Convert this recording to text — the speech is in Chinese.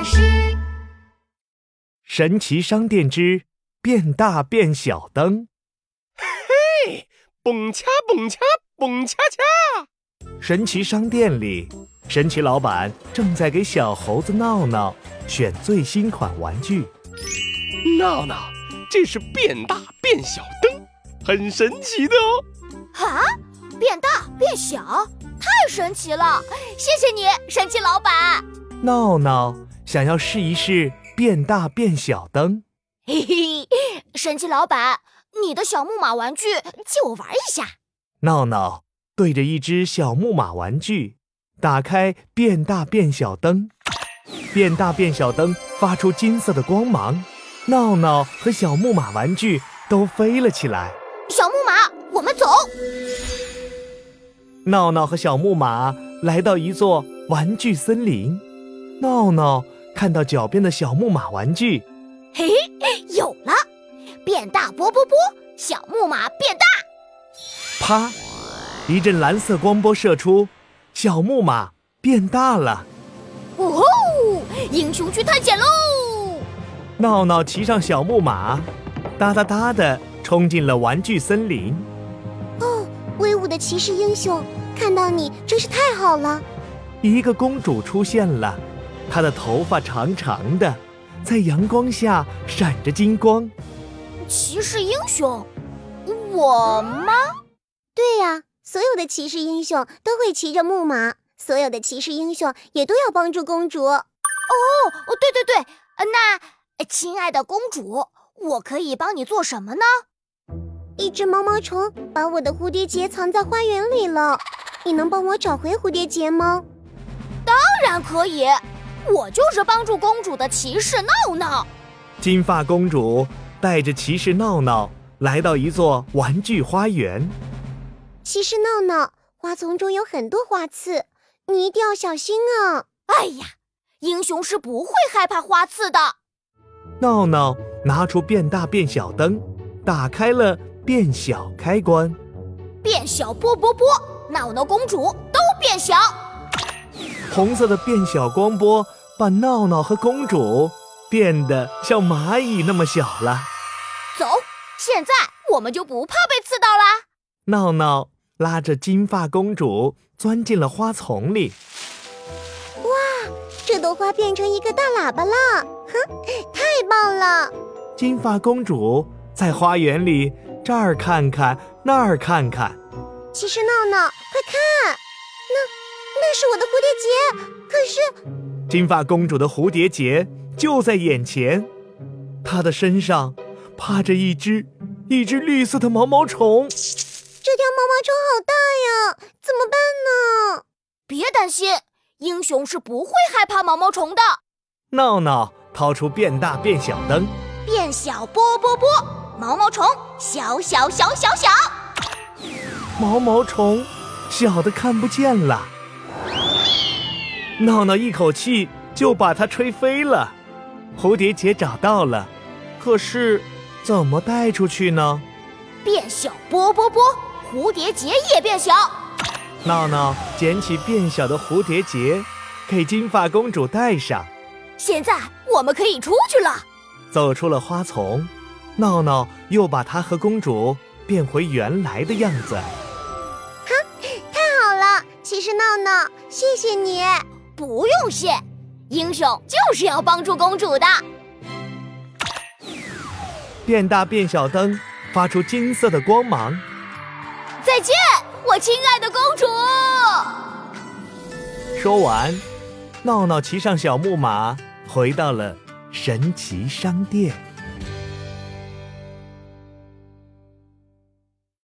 事。 神奇商店之变大变小灯。 嘿，蹦恰蹦恰蹦恰恰！ 神奇商店里，神奇老板正在给小猴子闹闹选最新款玩具。 闹闹，这是变大变小灯，很神奇的哦。 啊，变大变小，太神奇了！谢谢你，神奇老板。 闹闹想要试一试变大变小灯。 嘿嘿，神奇老板，你的小木马玩具借我玩一下。 闹闹对着一只小木马玩具，打开变大变小灯。变大变小灯发出金色的光芒，闹闹和小木马玩具都飞了起来。 小木马，我们走。 闹闹和小木马来到一座玩具森林。闹闹看到脚边的小木马玩具， 嘿，有了！变大波波波，小木马变大。 啪！一阵蓝色光波射出，小木马变大了。 哦吼！英雄去探险喽！ 闹闹骑上小木马，哒哒哒地冲进了玩具森林。 哦，威武的骑士英雄，看到你真是太好了。 一个公主出现了，她的头发长长的，在阳光下闪着金光。 骑士英雄，我吗？ 对呀，所有的骑士英雄都会骑着木马，所有的骑士英雄也都要帮助公主。 对，那亲爱的公主，我可以帮你做什么呢？ 一只毛毛虫把我的蝴蝶结藏在花园里了，你能帮我找回蝴蝶结吗？ 当然可以，我就是帮助公主的骑士闹闹。 金发公主带着骑士闹闹来到一座玩具花园。 骑士闹闹，花丛中有很多花刺，你一定要小心啊！ 哎呀，英雄是不会害怕花刺的。 闹闹拿出变大变小灯，打开了变小开关。 变小波波波，闹闹公主都变小。 红色的变小光波把闹闹和公主变得像蚂蚁那么小了。 走，现在我们就不怕被刺到啦。 闹闹拉着金发公主钻进了花丛里。 哇，这朵花变成一个大喇叭了！哼，太棒了！ 金发公主在花园里这儿看看那儿看看。 骑士闹闹，快看，那是我的蝴蝶结，可是…… 金发公主的蝴蝶结就在眼前，她的身上趴着一只绿色的毛毛虫。 这条毛毛虫好大呀，怎么办呢？ 别担心，英雄是不会害怕毛毛虫的。 闹闹掏出变大变小灯， 变小波波波，毛毛虫小小小小小。 毛毛虫小的看不见了。闹闹一口气就把它吹飞了。蝴蝶结找到了，可是怎么带出去呢？ 变小波波波，蝴蝶结也变小。 闹闹捡起变小的蝴蝶结，给金发公主戴上。 现在我们可以出去了。 走出了花丛，闹闹又把她和公主变回原来的样子。 哈，太好了，骑士闹闹，谢谢你。 不用谢，英雄就是要帮助公主的。 变大变小灯发出金色的光芒。 再见，我亲爱的公主。 说完，闹闹骑上小木马，回到了神奇商店。